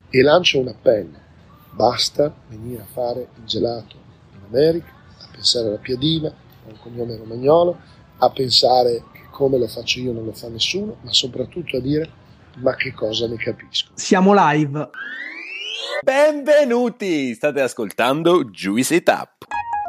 E lancio un appello: basta venire a fare il gelato in America, a pensare alla piadina, al cognome Romagnolo, a pensare che come lo faccio io non lo fa nessuno, ma soprattutto a dire: ma che cosa ne capisco. Siamo live. Benvenuti! State ascoltando Juice It Up.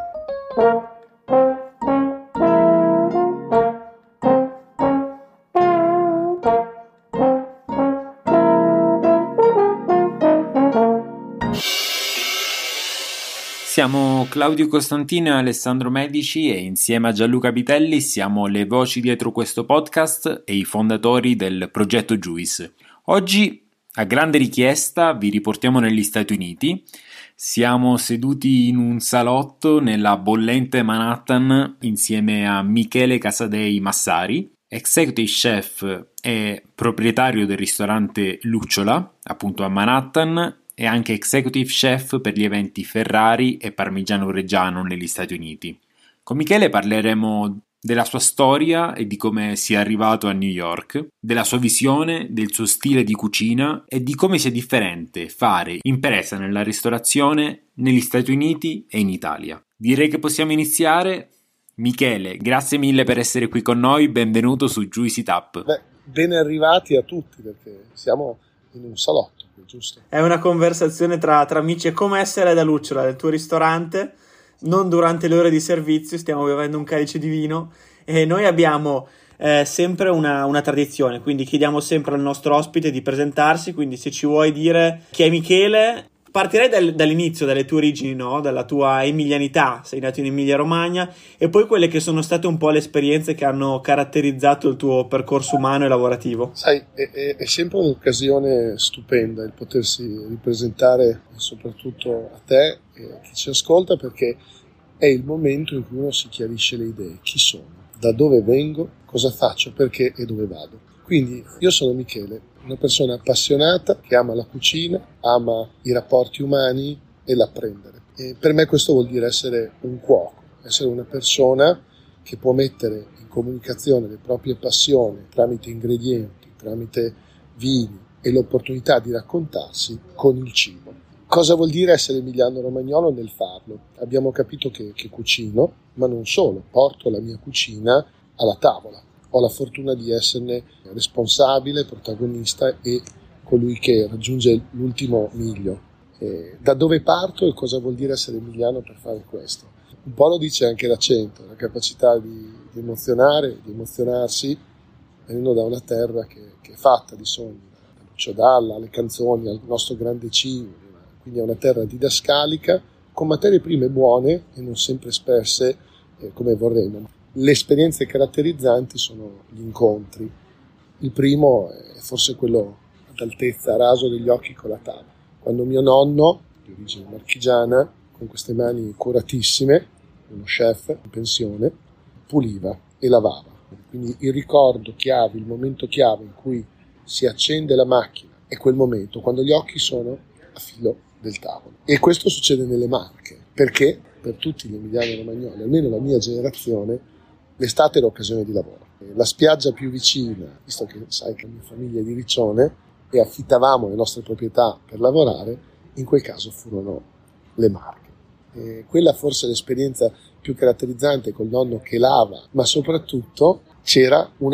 Siamo Claudio Costantino e Alessandro Medici e insieme a Gianluca Vitelli siamo le voci dietro questo podcast e i fondatori del progetto Juice. Oggi, a grande richiesta, vi riportiamo negli Stati Uniti. Siamo seduti in un salotto nella bollente Manhattan insieme a Michele Casadei Massari, executive chef e proprietario del ristorante Lucciola, appunto a Manhattan, e anche executive chef per gli eventi Ferrari e Parmigiano Reggiano negli Stati Uniti. Con Michele parleremo della sua storia e di come sia arrivato a New York, della sua visione, del suo stile di cucina e di come sia differente fare impresa nella ristorazione negli Stati Uniti e in Italia. Direi che possiamo iniziare. Michele, grazie mille per essere qui con noi, benvenuto su Juice It Up. Ben arrivati a tutti, perché siamo in un salotto, giusto? È una conversazione tra amici, è come essere da Lucciola, del tuo ristorante, non durante le ore di servizio, stiamo bevendo un calice di vino e noi abbiamo sempre una tradizione, quindi chiediamo sempre al nostro ospite di presentarsi, quindi se ci vuoi dire chi è Michele. Partirei dall'inizio, dalle tue origini, no? Dalla tua emilianità, sei nato in Emilia-Romagna, e poi quelle che sono state un po' le esperienze che hanno caratterizzato il tuo percorso umano e lavorativo. Sai, è sempre un'occasione stupenda il potersi ripresentare soprattutto a te e a chi ci ascolta, perché è il momento in cui uno si chiarisce le idee. Chi sono? Da dove vengo? Cosa faccio? Perché e dove vado? Quindi io sono Michele, una persona appassionata che ama la cucina, ama i rapporti umani e l'apprendere. E per me questo vuol dire essere un cuoco, essere una persona che può mettere in comunicazione le proprie passioni tramite ingredienti, tramite vini e l'opportunità di raccontarsi con il cibo. Cosa vuol dire essere emiliano-romagnolo nel farlo? Abbiamo capito che cucino, ma non solo, porto la mia cucina alla tavola. Ho la fortuna di esserne responsabile, protagonista e colui che raggiunge l'ultimo miglio. Da dove parto e cosa vuol dire essere emiliano per fare questo? Un po' lo dice anche l'accento, la capacità di emozionare, di emozionarsi, venendo da una terra che è fatta di sogni, da Lucio Dalla alle canzoni, al nostro grande cibo, quindi è una terra didascalica, con materie prime buone e non sempre espresse come vorremmo. Le esperienze caratterizzanti sono gli incontri. Il primo è forse quello ad altezza, a raso degli occhi con la tavola. Quando mio nonno, di origine marchigiana, con queste mani curatissime, uno chef in pensione, puliva e lavava. Quindi il ricordo chiave, il momento chiave in cui si accende la macchina è quel momento, quando gli occhi sono a filo del tavolo. E questo succede nelle Marche, perché per tutti gli emiliano-romagnoli, almeno la mia generazione, l'estate era occasione di lavoro. La spiaggia più vicina, visto che sai che la mia famiglia è di Riccione e affittavamo le nostre proprietà per lavorare, in quel caso furono le Marche. Quella forse è l'esperienza più caratterizzante, col nonno che lava, ma soprattutto c'era un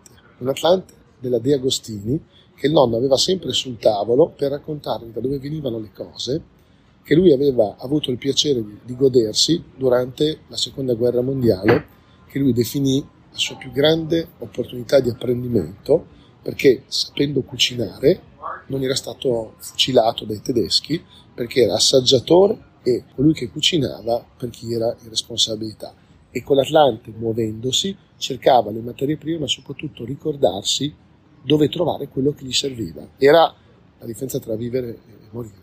Atlante della De Agostini, che il nonno aveva sempre sul tavolo per raccontarmi da dove venivano le cose, che lui aveva avuto il piacere di godersi durante la Seconda Guerra Mondiale, che lui definì la sua più grande opportunità di apprendimento, perché sapendo cucinare non era stato fucilato dai tedeschi, perché era assaggiatore e colui che cucinava per chi era in responsabilità. E con l'Atlante, muovendosi, cercava le materie prime, ma soprattutto ricordarsi dove trovare quello che gli serviva. Era la differenza tra vivere e morire.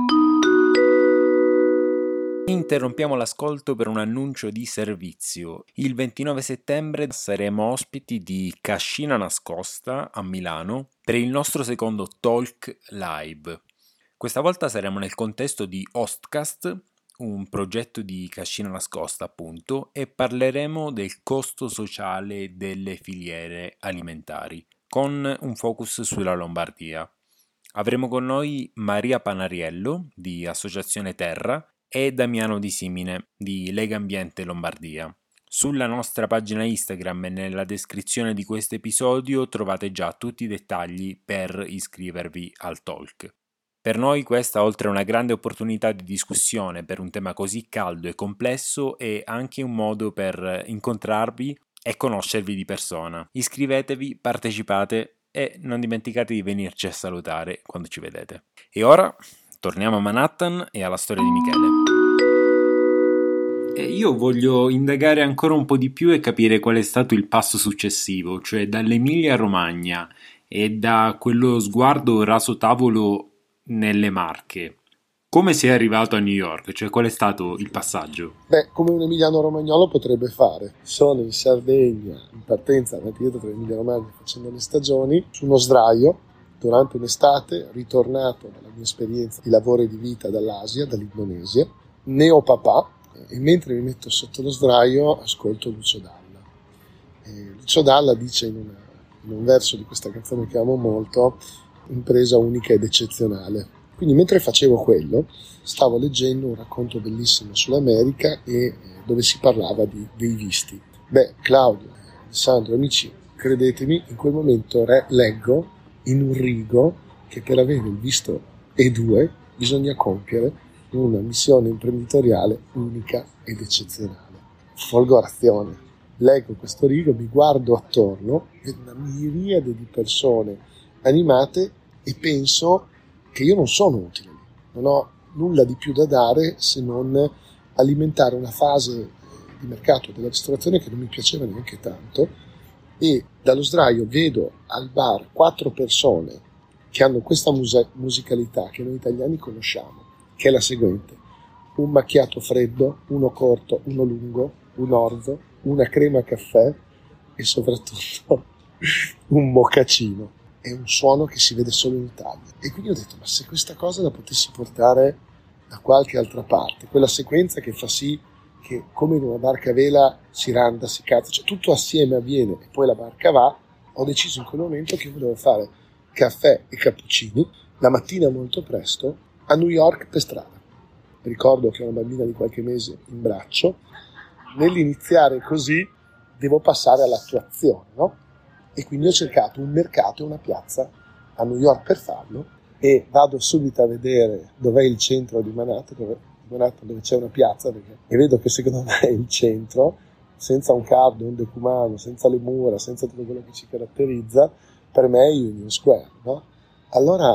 Interrompiamo l'ascolto per un annuncio di servizio. Il 29 settembre saremo ospiti di Cascina Nascosta a Milano per il nostro secondo Talk Live. Questa volta saremo nel contesto di Hostcast, un progetto di Cascina Nascosta appunto, e parleremo del costo sociale delle filiere alimentari, con un focus sulla Lombardia. Avremo con noi Maria Panariello di Associazione Terra e Damiano Di Simine di Lega Ambiente Lombardia. Sulla nostra pagina Instagram e nella descrizione di questo episodio trovate già tutti i dettagli per iscrivervi al talk. Per noi questa, oltre a una grande opportunità di discussione per un tema così caldo e complesso, è anche un modo per incontrarvi e conoscervi di persona. Iscrivetevi, partecipate e non dimenticate di venirci a salutare quando ci vedete. E ora torniamo a Manhattan e alla storia di Michele. E io voglio indagare ancora un po' di più e capire qual è stato il passo successivo, cioè dall'Emilia Romagna e da quello sguardo raso tavolo nelle Marche. Come sei arrivato a New York? Cioè, qual è stato il passaggio? Come un emiliano romagnolo potrebbe fare. Sono in Sardegna, in partenza avanti dietro tra Emilia Romagna facendo le stagioni, su uno sdraio, durante un'estate, ritornato dalla mia esperienza di lavoro e di vita dall'Asia, dall'Indonesia, neopapà, e mentre mi metto sotto lo sdraio ascolto Lucio Dalla. Lucio Dalla dice in un verso di questa canzone che amo molto: impresa unica ed eccezionale. Quindi mentre facevo quello stavo leggendo un racconto bellissimo sull'America e dove si parlava dei visti. Claudio, Alessandro, amici, credetemi, in quel momento leggo in un rigo che per avere il visto E2 bisogna compiere una missione imprenditoriale unica ed eccezionale. Folgorazione. Leggo questo rigo, mi guardo attorno, vedo una miriade di persone animate e penso che io non sono utile lì, non ho nulla di più da dare se non alimentare una fase di mercato della ristorazione che non mi piaceva neanche tanto, e dallo sdraio vedo al bar 4 persone che hanno questa musicalità che noi italiani conosciamo, che è la seguente: un macchiato freddo, uno corto, uno lungo, un orzo, una crema caffè e soprattutto un moccacino. È un suono che si vede solo in Italia. E quindi ho detto: ma se questa cosa la potessi portare da qualche altra parte, quella sequenza che fa sì che, come in una barca a vela, si randa, si cazza, cioè tutto assieme avviene e poi la barca va, ho deciso in quel momento che volevo fare caffè e cappuccini la mattina molto presto a New York per strada. Ricordo che ho una bambina di qualche mese in braccio. Nell'iniziare così devo passare all'attuazione, no? E quindi ho cercato un mercato e una piazza a New York per farlo, e vado subito a vedere dov'è il centro di Manhattan, dove c'è una piazza, e vedo che secondo me è il centro, senza un cardo, un decumano, senza le mura, senza tutto quello che ci caratterizza. Per me è Union Square, no? Allora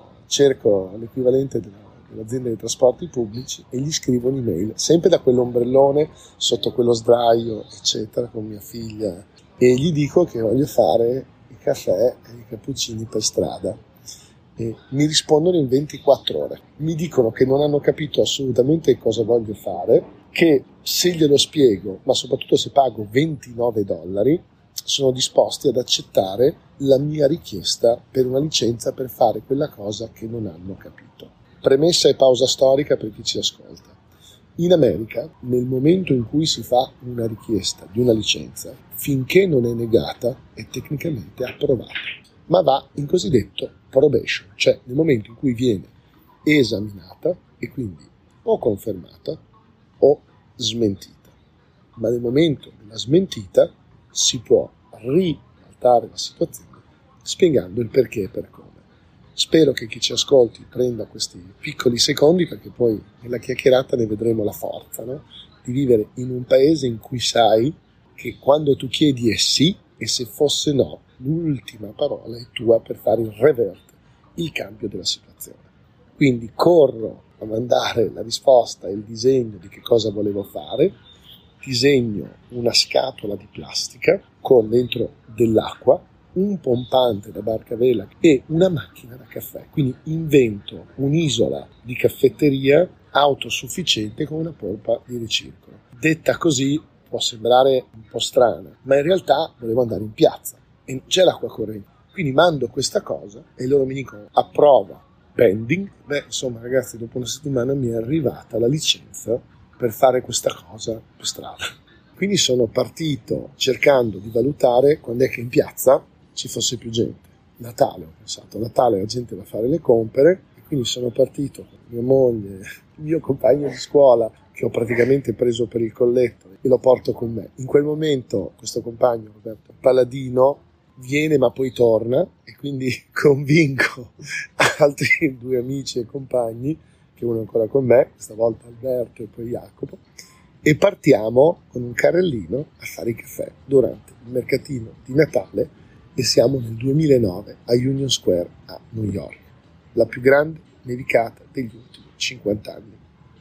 cerco l'equivalente dell'azienda dei trasporti pubblici e gli scrivo un'email, sempre da quell'ombrellone sotto quello sdraio, eccetera, con mia figlia, e gli dico che voglio fare i caffè e i cappuccini per strada. E mi rispondono in 24 ore. Mi dicono che non hanno capito assolutamente cosa voglio fare, che se glielo spiego, ma soprattutto se pago $29, sono disposti ad accettare la mia richiesta per una licenza per fare quella cosa che non hanno capito. Premessa e pausa storica per chi ci ascolta. In America, nel momento in cui si fa una richiesta di una licenza, finché non è negata, è tecnicamente approvata, ma va in cosiddetto probation, cioè nel momento in cui viene esaminata e quindi o confermata o smentita. Ma nel momento della smentita si può ribaltare la situazione spiegando il perché e per come. Spero che chi ci ascolti prenda questi piccoli secondi, perché poi nella chiacchierata ne vedremo la forza, no? Di vivere in un paese in cui sai che quando tu chiedi è sì, e se fosse no, l'ultima parola è tua per fare il revert, il cambio della situazione. Quindi corro a mandare la risposta e il disegno di che cosa volevo fare, disegno una scatola di plastica con dentro dell'acqua, un pompante da barca a vela e una macchina da caffè. Quindi invento un'isola di caffetteria autosufficiente con una pompa di ricircolo. Detta così può sembrare un po' strana, ma in realtà volevo andare in piazza e non c'è l'acqua corrente. Quindi mando questa cosa e loro mi dicono approva, pending. Insomma ragazzi, dopo una settimana mi è arrivata la licenza per fare questa cosa per strada. Quindi sono partito cercando di valutare quando è che in piazza ci fosse più gente. Natale, ho pensato, a Natale la gente va a fare le compere e quindi sono partito con mia moglie, il mio compagno di scuola che ho praticamente preso per il colletto e lo porto con me. In quel momento questo compagno, Roberto Paladino, viene ma poi torna e quindi convinco altri 2 amici e compagni, che uno è ancora con me, stavolta Alberto e poi Jacopo, e partiamo con un carrellino a fare i caffè durante il mercatino di Natale e siamo nel 2009 a Union Square a New York, la più grande nevicata degli ultimi 50 anni.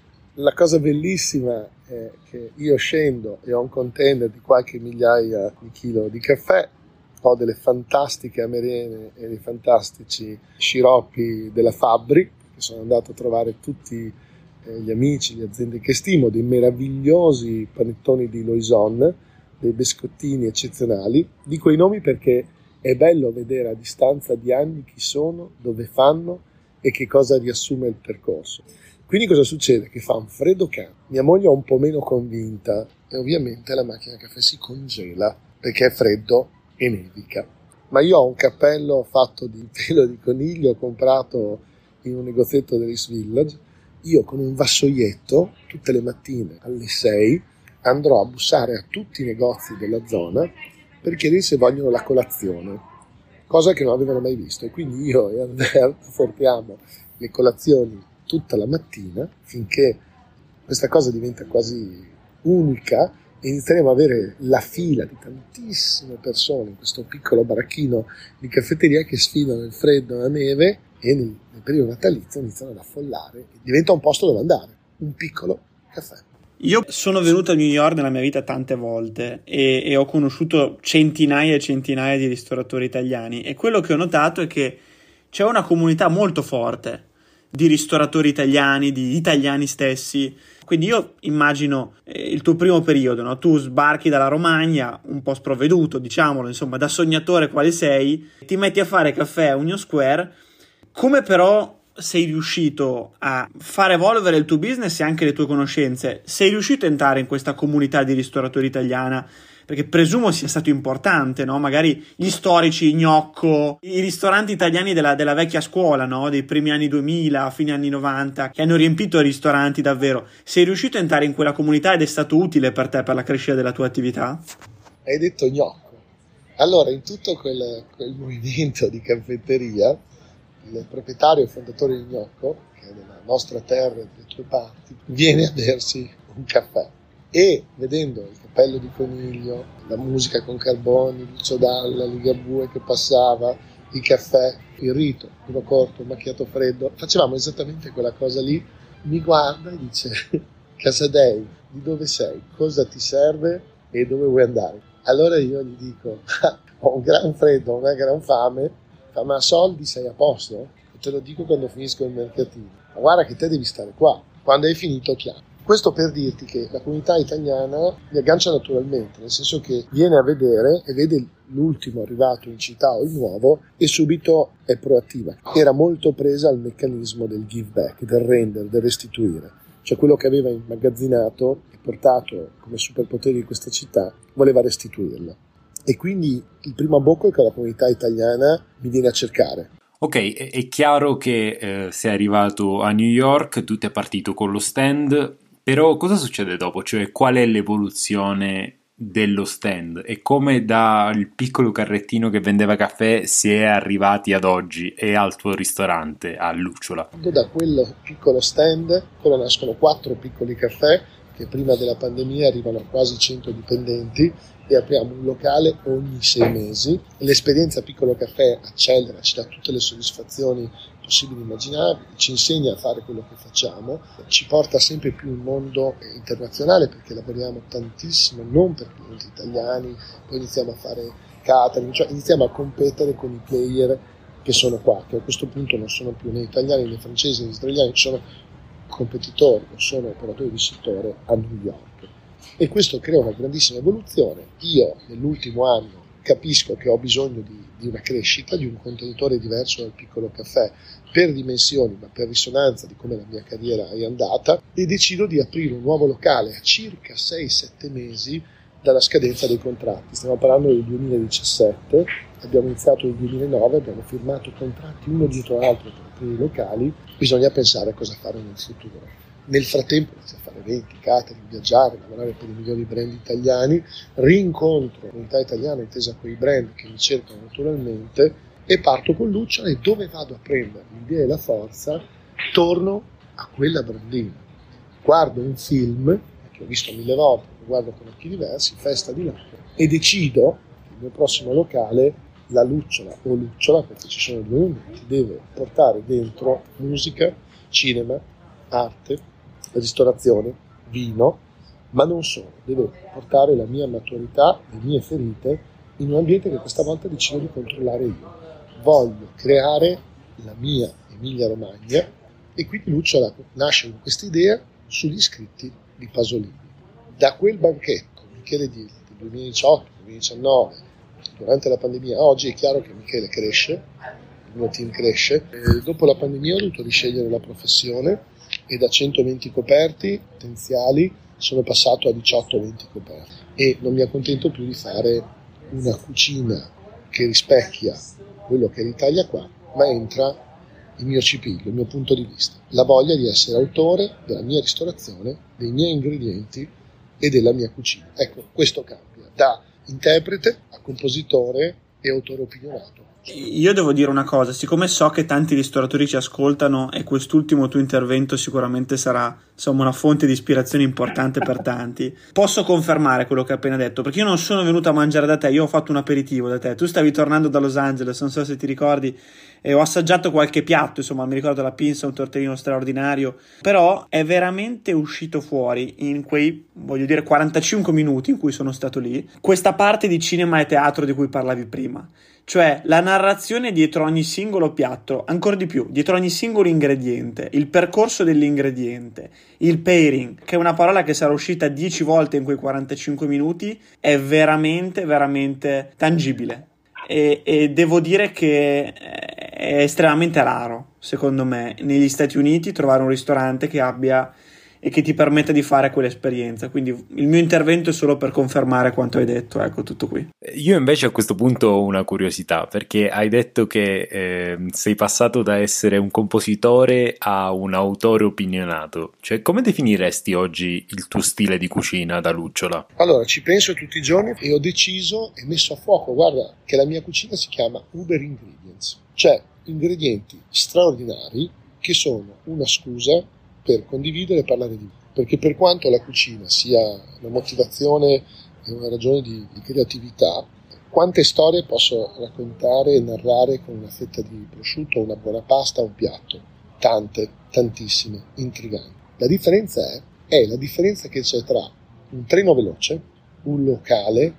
La cosa bellissima è che io scendo e ho un container di qualche migliaia di chilo di caffè, ho delle fantastiche amerene e dei fantastici sciroppi della Fabbri, che sono andato a trovare tutti gli amici, le aziende che stimo, dei meravigliosi panettoni di Loison, dei biscottini eccezionali. Dico i nomi perché è bello vedere a distanza di anni chi sono, dove fanno e che cosa riassume il percorso. Quindi cosa succede? Che fa un freddo cane, mia moglie è un po' meno convinta e ovviamente la macchina caffè si congela perché è freddo e nevica. Ma io ho un cappello fatto di pelo di coniglio comprato in un negozietto dell'East Village. Io con un vassoietto tutte le mattine alle 6 andrò a bussare a tutti i negozi della zona per chiedere se vogliono la colazione, cosa che non avevano mai visto, e quindi io e Alberto portiamo le colazioni tutta la mattina finché questa cosa diventa quasi unica e inizieremo ad avere la fila di tantissime persone in questo piccolo baracchino di caffetteria che sfidano il freddo e la neve e nel periodo natalizio iniziano ad affollare. Diventa un posto dove andare, un piccolo caffè. Io sono venuto a New York nella mia vita tante volte e ho conosciuto centinaia e centinaia di ristoratori italiani, e quello che ho notato è che c'è una comunità molto forte di ristoratori italiani, di italiani stessi. Quindi io immagino il tuo primo periodo, no? Tu sbarchi dalla Romagna un po' sprovveduto, diciamolo, insomma, da sognatore quale sei, ti metti a fare caffè a Union Square. Come però sei riuscito a far evolvere il tuo business e anche le tue conoscenze? Sei riuscito a entrare in questa comunità di ristoratori italiana? Perché presumo sia stato importante, no? Magari gli storici, Gnocco, i ristoranti italiani della vecchia scuola, no? Dei primi anni 2000, fine anni 90, che hanno riempito i ristoranti davvero. Sei riuscito a entrare in quella comunità ed è stato utile per te, per la crescita della tua attività? Hai detto Gnocco. Allora, in tutto quel movimento di caffetteria, il proprietario e fondatore di Gnocco, che è della nostra terra e delle tue parti, viene a bersi un caffè e vedendo il cappello di coniglio, la musica con Carboni, Lucio Dalla, Ligabue che passava, il caffè, il rito, uno corto, un macchiato freddo, facevamo esattamente quella cosa lì. Mi guarda e dice: Casadei, di dove sei? Cosa ti serve e dove vuoi andare? Allora io gli dico: ho un gran freddo, una gran fame. Ma a soldi sei a posto? Te lo dico quando finisco il mercatino. Ma guarda che te devi stare qua. Quando hai finito chiami. Questo per dirti che la comunità italiana mi aggancia naturalmente, nel senso che viene a vedere e vede l'ultimo arrivato in città o il nuovo e subito è proattiva. Era molto presa al meccanismo del give back, del render, del restituire. Cioè quello che aveva immagazzinato e portato come superpotere di questa città voleva restituirlo. E quindi il primo abbocco è che la comunità italiana mi viene a cercare. Ok, è chiaro che sei arrivato a New York, tu ti è partito con lo stand, però cosa succede dopo? Cioè qual è l'evoluzione dello stand e come dal piccolo carrettino che vendeva caffè si è arrivati ad oggi e al tuo ristorante a Lucciola? Da quel piccolo stand ora nascono 4 piccoli caffè che prima della pandemia arrivano a quasi 100 dipendenti e apriamo un locale ogni 6 mesi. L'esperienza Piccolo Caffè accelera, ci dà tutte le soddisfazioni possibili e immaginabili, ci insegna a fare quello che facciamo, ci porta sempre più in mondo internazionale perché lavoriamo tantissimo non per clienti italiani, poi iniziamo a fare catering, cioè iniziamo a competere con i player che sono qua, che a questo punto non sono più né italiani né francesi né israeliani, sono competitori, non sono operatori di settore a New York. E questo crea una grandissima evoluzione. Io nell'ultimo anno capisco che ho bisogno di una crescita, di un contenitore diverso dal Piccolo Caffè per dimensioni, ma per risonanza di come la mia carriera è andata, e decido di aprire un nuovo locale a circa 6-7 mesi dalla scadenza dei contratti. Stiamo parlando del 2017, abbiamo iniziato nel 2009, abbiamo firmato contratti uno dietro l'altro per i locali, bisogna pensare a cosa fare nel futuro. Nel frattempo inizio a fare eventi, catering, viaggiare, lavorare per i migliori brand italiani, rincontro l'unità italiana intesa quei brand che mi cercano naturalmente e parto con Lucciola, e dove vado a prendere l'idea e la forza torno a quella brandina. Guardo un film che ho visto 1000 volte, lo guardo con occhi diversi, Festa di Latte, e decido che il mio prossimo locale, la Lucciola o Lucciola, perché ci sono due momenti, deve portare dentro musica, cinema, arte, ristorazione, vino, ma non solo, deve portare la mia maturità, le mie ferite in un ambiente che questa volta decido di controllare io. Voglio creare la mia Emilia Romagna, e quindi Lucciola nasce con questa idea sugli scritti di Pasolini. Da quel banchetto Michele Dilli del 2018-2019, durante la pandemia, oggi è chiaro che Michele cresce, il mio team cresce, e dopo la pandemia ho dovuto riscegliere la professione e da 120 coperti potenziali sono passato a 18-20 coperti, e non mi accontento più di fare una cucina che rispecchia quello che è l'Italia qua, ma entra il mio cipiglio, il mio punto di vista, la voglia di essere autore della mia ristorazione, dei miei ingredienti e della mia cucina. Ecco, questo cambia da interprete a compositore e autore opinionato. Io devo dire una cosa, siccome so che tanti ristoratori ci ascoltano e quest'ultimo tuo intervento sicuramente sarà, insomma, una fonte di ispirazione importante per tanti, posso confermare quello che hai appena detto, perché io non sono venuto a mangiare da te, io ho fatto un aperitivo da te, tu stavi tornando da Los Angeles, non so se ti ricordi, e ho assaggiato qualche piatto, insomma, mi ricordo la pinza, un tortellino straordinario, però è veramente uscito fuori in quei, voglio dire, 45 minuti in cui sono stato lì, questa parte di cinema e teatro di cui parlavi prima. Cioè la narrazione dietro ogni singolo piatto, ancora di più, dietro ogni singolo ingrediente, il percorso dell'ingrediente, il pairing, che è una parola che sarà uscita 10 volte in quei 45 minuti, è veramente, veramente tangibile. E devo dire che è estremamente raro, secondo me, negli Stati Uniti trovare un ristorante che abbia e che ti permetta di fare quell'esperienza. Quindi il mio intervento è solo per confermare quanto hai detto, ecco, tutto qui. Io invece a questo punto ho una curiosità, perché hai detto che sei passato da essere un compositore a un autore opinionato. Cioè, come definiresti oggi il tuo stile di cucina da Lucciola? Allora, ci penso tutti i giorni e ho deciso e messo a fuoco, guarda, che la mia cucina si chiama Uber Ingredients, cioè ingredienti straordinari che sono una scusa per condividere e parlare di me. Perché per quanto la cucina sia una motivazione e una ragione di creatività, quante storie posso raccontare e narrare con una fetta di prosciutto, una buona pasta, un piatto? Tante, tantissime, intriganti. La differenza è la differenza che c'è tra un treno veloce, un locale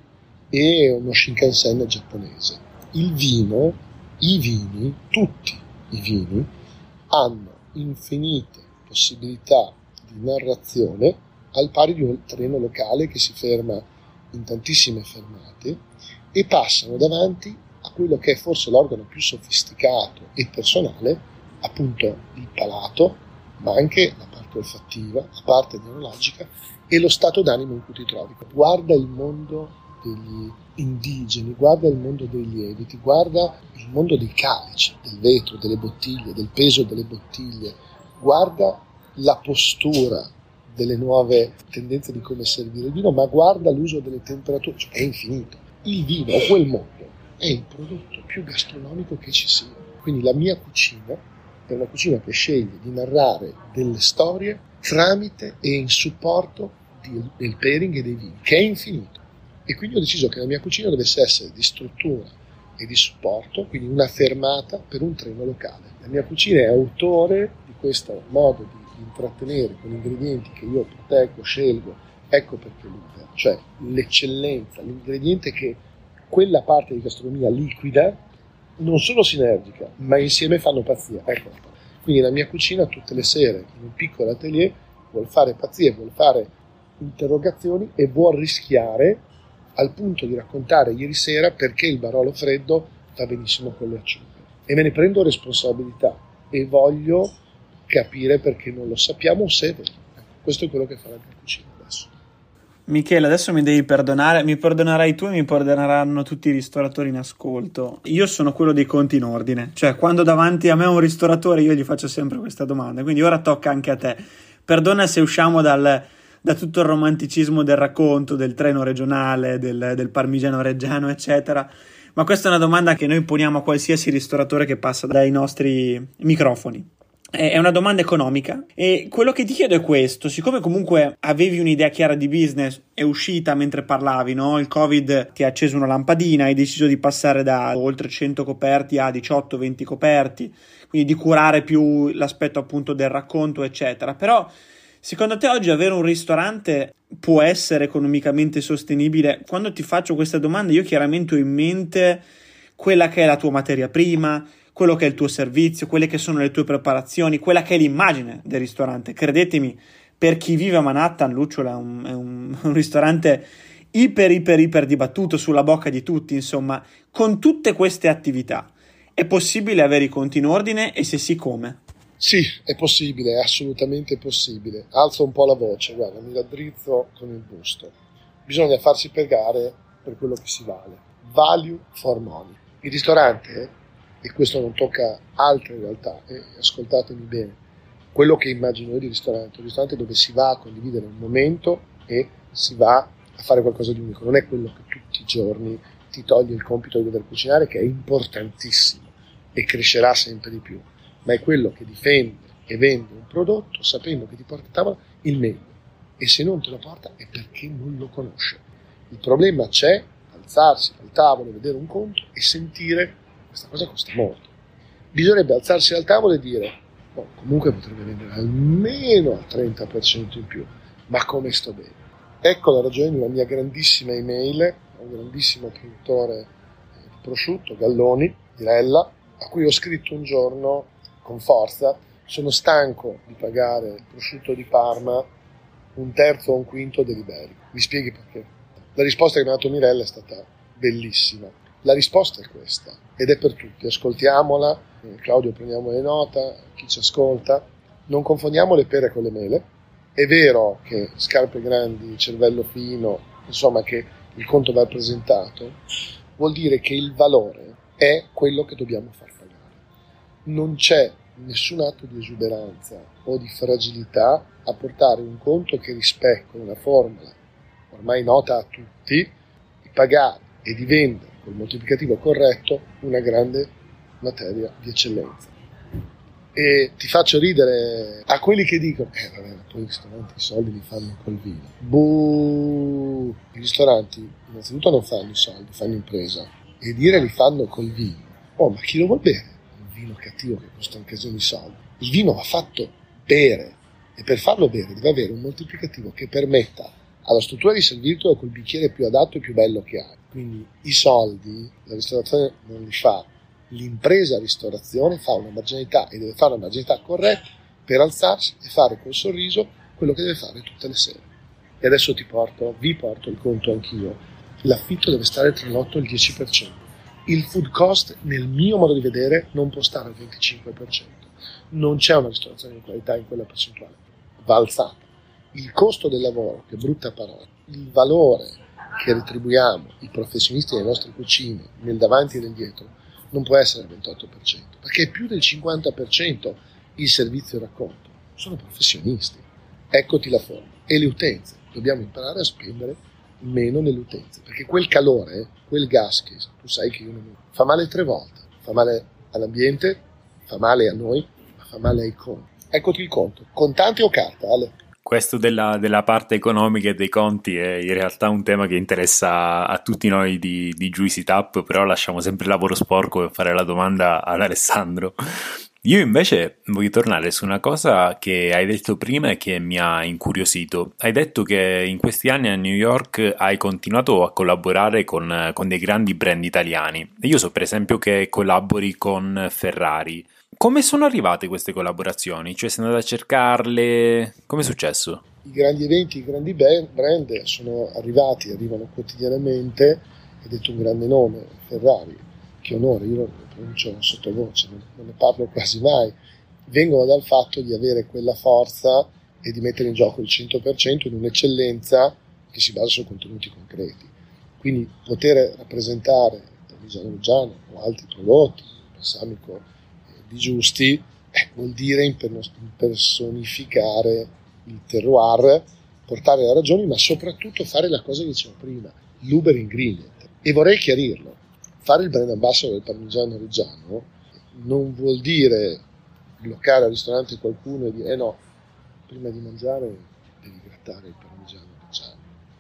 e uno Shinkansen giapponese. Il vino, i vini, tutti i vini hanno infinite possibilità di narrazione al pari di un treno locale che si ferma in tantissime fermate e passano davanti a quello che è forse l'organo più sofisticato e personale, appunto il palato, ma anche la parte olfattiva, la parte neurologica e lo stato d'animo in cui ti trovi. Guarda il mondo degli indigeni, guarda il mondo dei lieviti, guarda il mondo dei calici, del vetro, delle bottiglie, del peso delle bottiglie, guarda la postura delle nuove tendenze di come servire il vino, ma guarda l'uso delle temperature, cioè è infinito. Il vino, quel mondo, è il prodotto più gastronomico che ci sia. Quindi la mia cucina è una cucina che sceglie di narrare delle storie tramite e in supporto del pairing e dei vini, che è infinito. E quindi ho deciso che la mia cucina dovesse essere di struttura e di supporto, quindi una fermata per un treno locale. La mia cucina è autore di questo modo di intrattenere con ingredienti che io proteggo, scelgo. Ecco perché l'Uber, cioè l'eccellenza, l'ingrediente che quella parte di gastronomia liquida, non solo sinergica, ma insieme fanno pazzia. Ecco. Quindi la mia cucina tutte le sere in un piccolo atelier vuol fare pazzia, vuol fare interrogazioni e vuol rischiare al punto di raccontare ieri sera perché il Barolo freddo va benissimo con le acciughe. E me ne prendo responsabilità e voglio capire perché non lo sappiamo se è vero. Questo è quello che fa la mia cucina adesso. Michele, adesso mi devi perdonare, mi perdonerai tu e mi perdoneranno tutti i ristoratori in ascolto. Io sono quello dei conti in ordine, cioè quando davanti a me un ristoratore io gli faccio sempre questa domanda, quindi ora tocca anche a te. Perdona se usciamo da tutto il romanticismo del racconto, del treno regionale, del parmigiano reggiano, eccetera, ma questa è una domanda che noi poniamo a qualsiasi ristoratore che passa dai nostri microfoni. È una domanda economica e quello che ti chiedo è questo: siccome comunque avevi un'idea chiara di business, è uscita mentre parlavi, no? Il Covid ti ha acceso una lampadina, hai deciso di passare da oltre 100 coperti a 18-20 coperti, quindi di curare più l'aspetto appunto del racconto, eccetera. Però secondo te oggi avere un ristorante può essere economicamente sostenibile? Quando ti faccio questa domanda io chiaramente ho in mente quella che è la tua materia prima, quello che è il tuo servizio, quelle che sono le tue preparazioni, quella che è l'immagine del ristorante. Credetemi, per chi vive a Manhattan, Lucciola è un ristorante iper dibattuto, sulla bocca di tutti, insomma. Con tutte queste attività è possibile avere i conti in ordine, e se sì, come? Sì, è possibile, è assolutamente possibile. Alzo un po' la voce, guarda, mi raddrizzo con il busto. Bisogna farsi pagare per quello che si vale. Value for money. Il ristorante, e questo non tocca altre realtà, ascoltatemi bene, quello che immagino io di ristorante, un ristorante dove si va a condividere un momento e si va a fare qualcosa di unico, non è quello che tutti i giorni ti toglie il compito di dover cucinare, che è importantissimo e crescerà sempre di più, ma è quello che difende e vende un prodotto sapendo che ti porta a tavola il meglio, e se non te lo porta è perché non lo conosce. Il problema c'è: alzarsi dal tavolo, vedere un conto e sentire questa cosa costa molto. Bisognerebbe alzarsi al tavolo e dire: no, comunque potrebbe vendere almeno al 30% in più, ma come sto bene? Ecco la ragione di una mia grandissima email a un grandissimo produttore di prosciutto, Galloni, di Rella, a cui ho scritto un giorno con forza: sono stanco di pagare il prosciutto di Parma un terzo o un quinto dell'Iberico. Mi spieghi perché? La risposta che mi ha dato Mirella è stata bellissima. La risposta è questa, ed è per tutti, ascoltiamola, Claudio, prendiamone nota, chi ci ascolta, non confondiamo le pere con le mele. È vero che scarpe grandi, cervello fino, insomma, che il conto va presentato, vuol dire che il valore è quello che dobbiamo far pagare. Non c'è nessun atto di esuberanza o di fragilità a portare un conto che rispecchia una formula ormai nota a tutti, di pagare e di vendere col moltiplicativo corretto una grande materia di eccellenza. E ti faccio ridere a quelli che dicono vabbè, poi i ristoranti i soldi li fanno col vino. Buh! I ristoranti innanzitutto non fanno i soldi, fanno impresa, e dire li fanno col vino. Ma chi lo vuol bere? Un vino cattivo che costa un casino di soldi. Il vino va fatto bere, e per farlo bere deve avere un moltiplicativo che permetta alla struttura di servirtelo col bicchiere più adatto e più bello che hai. Quindi i soldi la ristorazione non li fa, l'impresa ristorazione fa una marginalità, e deve fare una marginalità corretta per alzarsi e fare col sorriso quello che deve fare tutte le sere. E adesso vi porto il conto anch'io. L'affitto deve stare tra l'8 e il 10%. Il food cost, nel mio modo di vedere, non può stare al 25%. Non c'è una ristorazione di qualità in quella percentuale, va alzata. Il costo del lavoro, che brutta parola, il valore che retribuiamo i professionisti delle nostre cucine nel davanti e nel dietro non può essere al 28%, perché è più del 50% il servizio e il racconto. Sono professionisti. Eccoti la forma. E le utenze. Dobbiamo imparare a spendere meno nelle utenze, perché quel calore, quel gas che tu sai che io non uso, fa male 3 volte. Fa male all'ambiente, fa male a noi, ma fa male ai conti. Eccoti il conto. Contante o carta, Ale? Questo della parte economica e dei conti è in realtà un tema che interessa a tutti noi di Juice It Up, però lasciamo sempre il lavoro sporco per fare la domanda ad Alessandro. Io invece voglio tornare su una cosa che hai detto prima e che mi ha incuriosito. Hai detto che in questi anni a New York hai continuato a collaborare con dei grandi brand italiani. Io so per esempio che collabori con Ferrari. Come sono arrivate queste collaborazioni? Cioè sei andato a cercarle? Come è successo? I grandi eventi, i grandi brand sono arrivano quotidianamente. Hai detto un grande nome, Ferrari, che onore, io lo pronuncio sottovoce, non ne parlo quasi mai. Vengono dal fatto di avere quella forza e di mettere in gioco il 100% in un'eccellenza che si basa su contenuti concreti. Quindi poter rappresentare il Parmigiano Reggiano o altri prodotti, balsamico di Giusti, vuol dire impersonificare il terroir, portare le ragioni, ma soprattutto fare la cosa che dicevo prima, l'Uber ingredient. E vorrei chiarirlo, fare il brand ambassador del Parmigiano Reggiano non vuol dire bloccare al ristorante qualcuno e dire no, prima di mangiare devi grattare il Parmigiano Reggiano.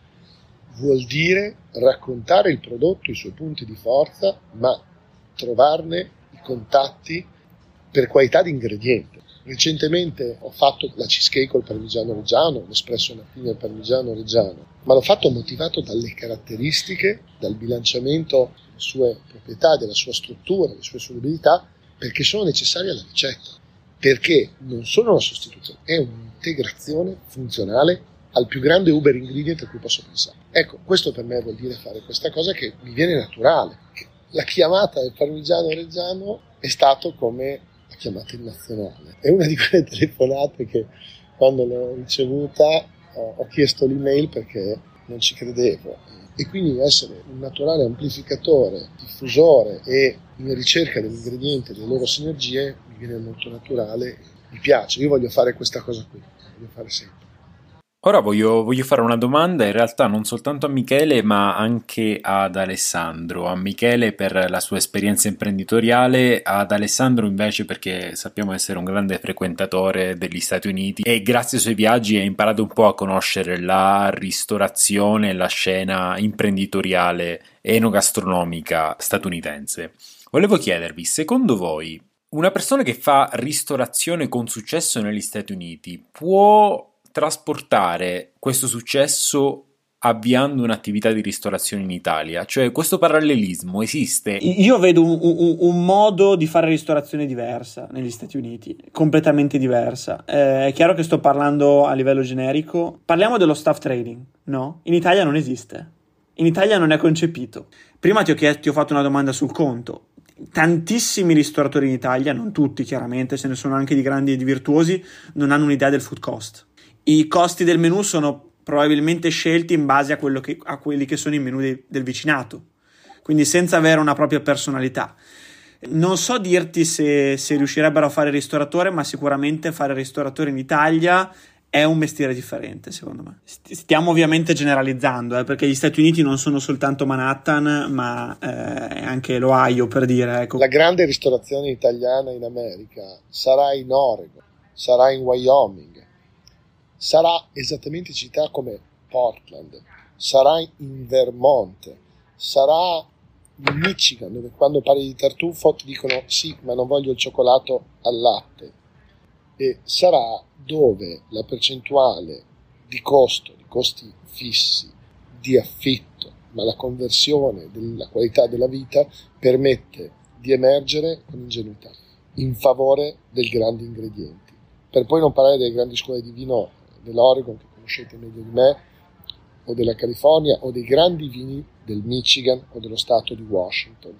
Vuol dire raccontare il prodotto, i suoi punti di forza, ma trovarne i contatti per qualità di ingrediente. Recentemente ho fatto la cheesecake al Parmigiano Reggiano, l'espresso martini al Parmigiano Reggiano, ma l'ho fatto motivato dalle caratteristiche, dal bilanciamento delle sue proprietà, della sua struttura, delle sue solubilità, perché sono necessarie alla ricetta, perché non sono una sostituzione, è un'integrazione funzionale al più grande Uber ingredient a cui posso pensare. Ecco, questo per me vuol dire fare questa cosa che mi viene naturale. La chiamata del Parmigiano Reggiano è stato come la chiamata in nazionale. È una di quelle telefonate che quando l'ho ricevuta ho chiesto l'email perché non ci credevo. E quindi essere un naturale amplificatore, diffusore e in ricerca dell'ingrediente, delle loro sinergie, mi viene molto naturale, mi piace. Io voglio fare questa cosa qui, voglio fare sempre. Ora voglio fare una domanda in realtà non soltanto a Michele ma anche ad Alessandro. A Michele per la sua esperienza imprenditoriale, ad Alessandro invece perché sappiamo essere un grande frequentatore degli Stati Uniti e grazie ai suoi viaggi ha imparato un po' a conoscere la ristorazione e la scena imprenditoriale enogastronomica statunitense. Volevo chiedervi, secondo voi, una persona che fa ristorazione con successo negli Stati Uniti può trasportare questo successo avviando un'attività di ristorazione in Italia? Cioè, questo parallelismo esiste? Io vedo un modo di fare ristorazione diversa negli Stati Uniti, completamente diversa. È chiaro che sto parlando a livello generico. Parliamo dello staff training, no? In Italia non esiste. In Italia non è concepito. Prima ti ho fatto una domanda sul conto. Tantissimi ristoratori in Italia, non tutti chiaramente, ce ne sono anche di grandi e di virtuosi, non hanno un'idea del food cost. I costi del menù sono probabilmente scelti in base a quelli che sono i menù del vicinato, quindi senza avere una propria personalità. Non so dirti se riuscirebbero a fare ristoratore, ma sicuramente fare ristoratore in Italia è un mestiere differente, secondo me. Stiamo ovviamente generalizzando, perché gli Stati Uniti non sono soltanto Manhattan, ma anche l'Ohio, per dire. Ecco. La grande ristorazione italiana in America sarà in Oregon, sarà in Wyoming, sarà esattamente città come Portland, sarà in Vermont, sarà in Michigan, dove quando parli di tartufo ti dicono sì, ma non voglio il cioccolato al latte. E sarà dove la percentuale di costi fissi, di affitto, ma la conversione della qualità della vita permette di emergere con ingenuità in favore del grande ingredienti. Per poi non parlare delle grandi scuole di vino dell'Oregon, che conoscete meglio di me, o della California, o dei grandi vini del Michigan o dello stato di Washington.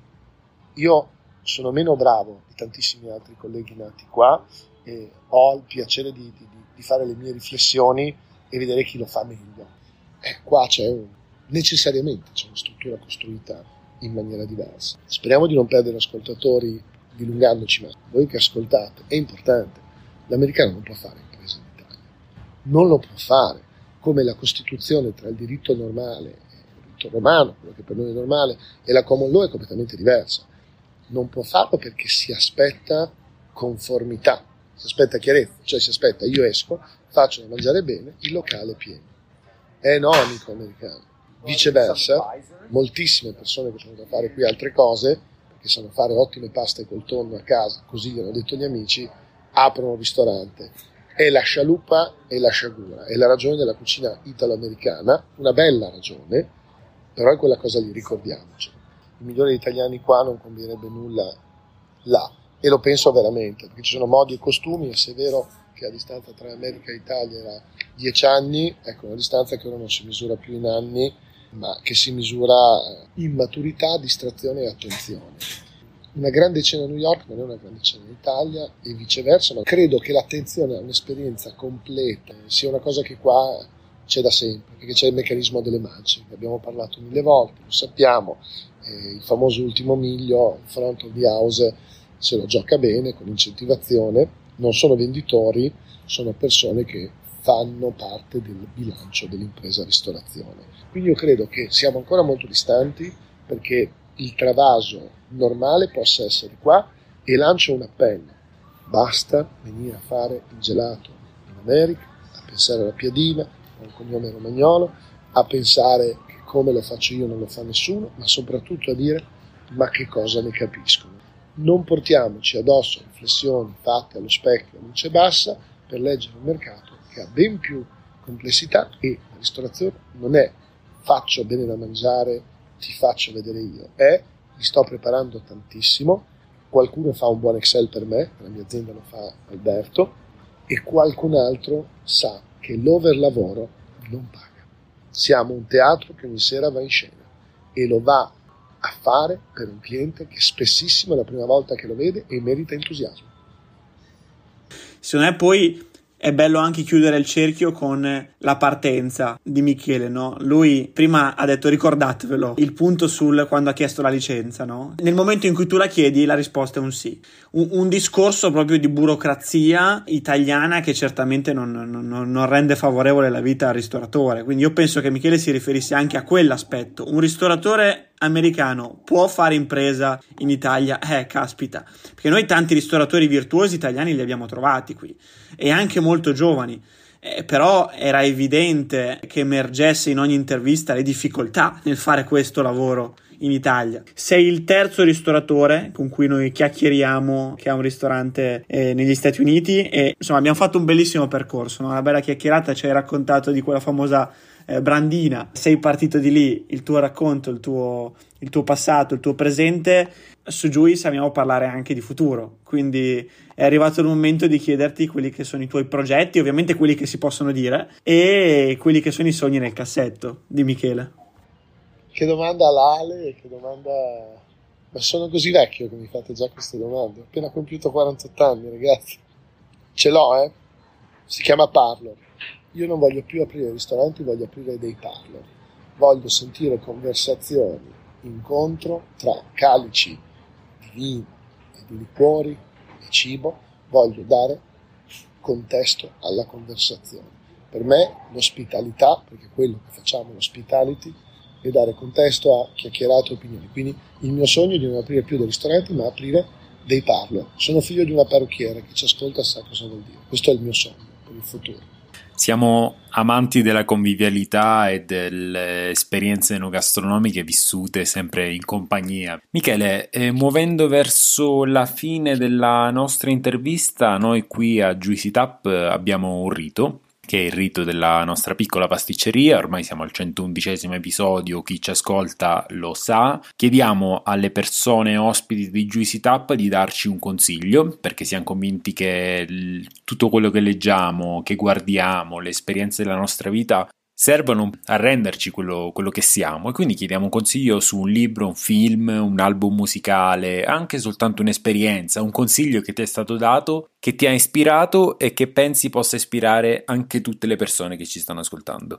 Io sono meno bravo di tantissimi altri colleghi nati qua e ho il piacere di fare le mie riflessioni e vedere chi lo fa meglio. Qua necessariamente c'è una struttura costruita in maniera diversa. Speriamo di non perdere ascoltatori dilungandoci, ma voi che ascoltate, è importante. L'americano non può fare impresa in Italia. Non lo può fare, come la Costituzione tra il diritto normale e il diritto romano, quello che per noi è normale, e la common law è completamente diversa. Non può farlo perché si aspetta conformità, si aspetta chiarezza, cioè si aspetta io esco, faccio da mangiare bene, il locale è pieno. È no, amico americano. Viceversa, moltissime persone che sono da fare qui altre cose, perché sanno fare ottime paste col tonno a casa, così gli hanno detto gli amici, aprono un ristorante. È la scialuppa e la sciagura, è la ragione della cucina italo-americana, una bella ragione, però è quella cosa lì, ricordiamoci. I migliori italiani qua non convierebbe nulla là, e lo penso veramente, perché ci sono modi e costumi, e se è vero che la distanza tra America e Italia era 10 anni, ecco, una distanza che ora non si misura più in anni, ma che si misura in maturità, distrazione e attenzione. Una grande cena a New York non è una grande cena in Italia e viceversa, ma credo che l'attenzione a un'esperienza completa sia una cosa che qua c'è da sempre, perché c'è il meccanismo delle mance, ne abbiamo parlato 1000 volte, lo sappiamo, il famoso ultimo miglio, il front of the house se lo gioca bene, con incentivazione, non sono venditori, sono persone che fanno parte del bilancio dell'impresa ristorazione. Quindi io credo che siamo ancora molto distanti perché il travaso normale possa essere qua, e lancio un appello: basta venire a fare il gelato in America, a pensare alla piadina, al cognome romagnolo, a pensare che come lo faccio io non lo fa nessuno, ma soprattutto a dire: ma che cosa ne capiscono? Non portiamoci addosso riflessioni fatte allo specchio a luce bassa per leggere un mercato che ha ben più complessità, e la ristorazione non è faccio bene da mangiare, ti faccio vedere io, è mi sto preparando tantissimo, qualcuno fa un buon Excel per me, la mia azienda lo fa Alberto, e qualcun altro sa che l'overlavoro non paga. Siamo un teatro che ogni sera va in scena e lo va a fare per un cliente che spessissimo è la prima volta che lo vede e merita entusiasmo. Secondo me poi è bello anche chiudere il cerchio con la partenza di Michele, no? Lui prima ha detto, ricordatevelo, il punto sul quando ha chiesto la licenza, no? Nel momento in cui tu la chiedi, la risposta è un sì. Un discorso proprio di burocrazia italiana che certamente non rende favorevole la vita al ristoratore. Quindi io penso che Michele si riferisse anche a quell'aspetto. Un ristoratore americano può fare impresa in Italia? Caspita, perché noi tanti ristoratori virtuosi italiani li abbiamo trovati qui, e anche molto giovani, però era evidente che emergesse in ogni intervista le difficoltà nel fare questo lavoro in Italia. Sei il terzo ristoratore con cui noi chiacchieriamo che ha un ristorante negli Stati Uniti, e insomma abbiamo fatto un bellissimo percorso, no? Una bella chiacchierata, ci hai raccontato di quella famosa brandina, sei partito di lì, il tuo racconto, il tuo passato, il tuo presente. Su Juice amiamo parlare anche di futuro, quindi è arrivato il momento di chiederti quelli che sono i tuoi progetti, ovviamente quelli che si possono dire, e quelli che sono i sogni nel cassetto di Michele. Che domanda all'ale, che domanda... Ma sono così vecchio che mi fate già queste domande. Ho appena compiuto 48 anni, ragazzi. Ce l'ho, Si chiama parlor. Io non voglio più aprire ristoranti, voglio aprire dei parlor. Voglio sentire conversazioni, incontro tra calici di vino e di liquori e cibo. Voglio dare contesto alla conversazione. Per me l'ospitalità, perché quello che facciamo l'hospitality, e dare contesto a chiacchierate e opinioni. Quindi il mio sogno è di non aprire più dei ristoranti, ma aprire dei parlor. Sono figlio di una parrucchiera, chi ci ascolta sa cosa vuol dire. Questo è il mio sogno per il futuro. Siamo amanti della convivialità e delle esperienze enogastronomiche vissute sempre in compagnia. Michele, muovendo verso la fine della nostra intervista, noi qui a Juicy Tap abbiamo un rito, che è il rito della nostra piccola pasticceria. Ormai siamo al 111° episodio, chi ci ascolta lo sa. Chiediamo alle persone ospiti di Juicy Tap di darci un consiglio, perché siamo convinti che tutto quello che leggiamo, che guardiamo, le esperienze della nostra vita servono a renderci quello che siamo, e quindi chiediamo un consiglio su un libro, un film, un album musicale, anche soltanto un'esperienza, un consiglio che ti è stato dato, che ti ha ispirato e che pensi possa ispirare anche tutte le persone che ci stanno ascoltando.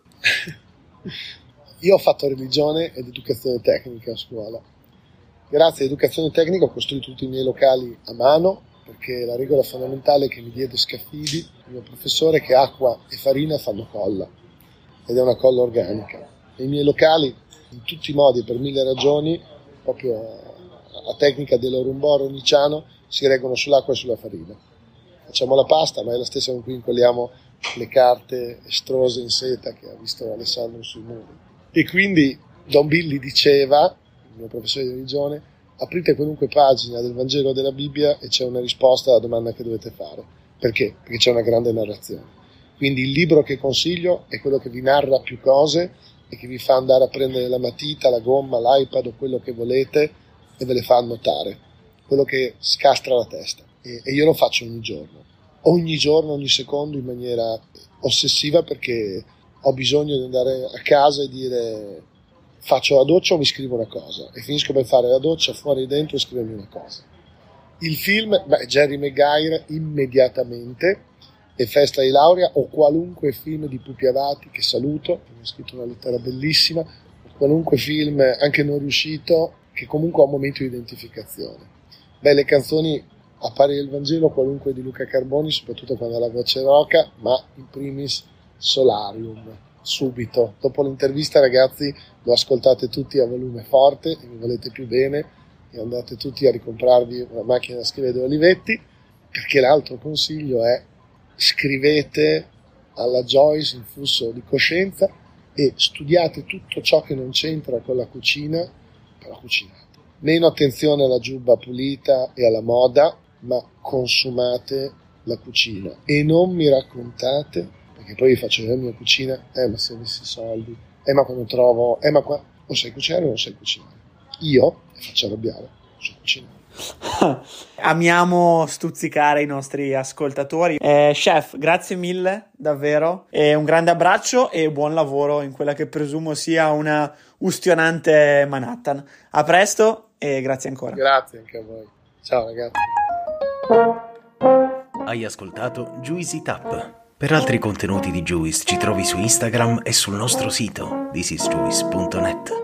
Io ho fatto religione ed educazione tecnica a scuola. Grazie all'educazione tecnica ho costruito tutti i miei locali a mano, perché la regola fondamentale che mi diede Scaffidi, il mio professore, è che acqua e farina fanno colla, ed è una colla organica. I miei locali, in tutti i modi, per 1000 ragioni, proprio a tecnica dell'Orumboro nicciano, si reggono sull'acqua e sulla farina. Facciamo la pasta, ma è la stessa con cui incolliamo le carte estrose in seta che ha visto Alessandro sui muri. E quindi Don Billy diceva, il mio professore di religione: aprite qualunque pagina del Vangelo o della Bibbia e c'è una risposta alla domanda che dovete fare. Perché? Perché c'è una grande narrazione. Quindi il libro che consiglio è quello che vi narra più cose e che vi fa andare a prendere la matita, la gomma, l'iPad o quello che volete e ve le fa annotare. Quello che scastra la testa. E io lo faccio ogni giorno, ogni secondo, in maniera ossessiva, perché ho bisogno di andare a casa e dire: faccio la doccia o mi scrivo una cosa, e finisco per fare la doccia, fuori e dentro, e scrivermi una cosa. Il film, Jerry Maguire, immediatamente, e festa di laurea, o qualunque film di Pupi Avati, che saluto, che mi ha scritto una lettera bellissima, o qualunque film anche non riuscito, che comunque ha un momento di identificazione. Belle canzoni a pari del Vangelo, qualunque di Luca Carboni, soprattutto quando ha la voce roca, ma in primis Solarium, subito. Dopo l'intervista, ragazzi, lo ascoltate tutti a volume forte e mi volete più bene e andate tutti a ricomprarvi una macchina da scrivere di Olivetti, perché l'altro consiglio è: scrivete alla Joyce in flusso di coscienza e studiate tutto ciò che non c'entra con la cucina, però cucinate. Meno attenzione alla giubba pulita e alla moda, ma consumate la cucina e non mi raccontate, perché poi vi faccio vedere la mia cucina, ma se avessi soldi, ma quando trovo, ma qua, o sai cucinare o non sai cucinare. Io, vi faccio arrabbiare, so cucinare. Amiamo stuzzicare i nostri ascoltatori. Chef, grazie mille, davvero, e un grande abbraccio e buon lavoro in quella che presumo sia una ustionante Manhattan. A presto e grazie ancora. Grazie anche a voi. Ciao ragazzi. Hai ascoltato Juicy Tap. Per altri contenuti di Juice ci trovi su Instagram e sul nostro sito thisisjuice.net.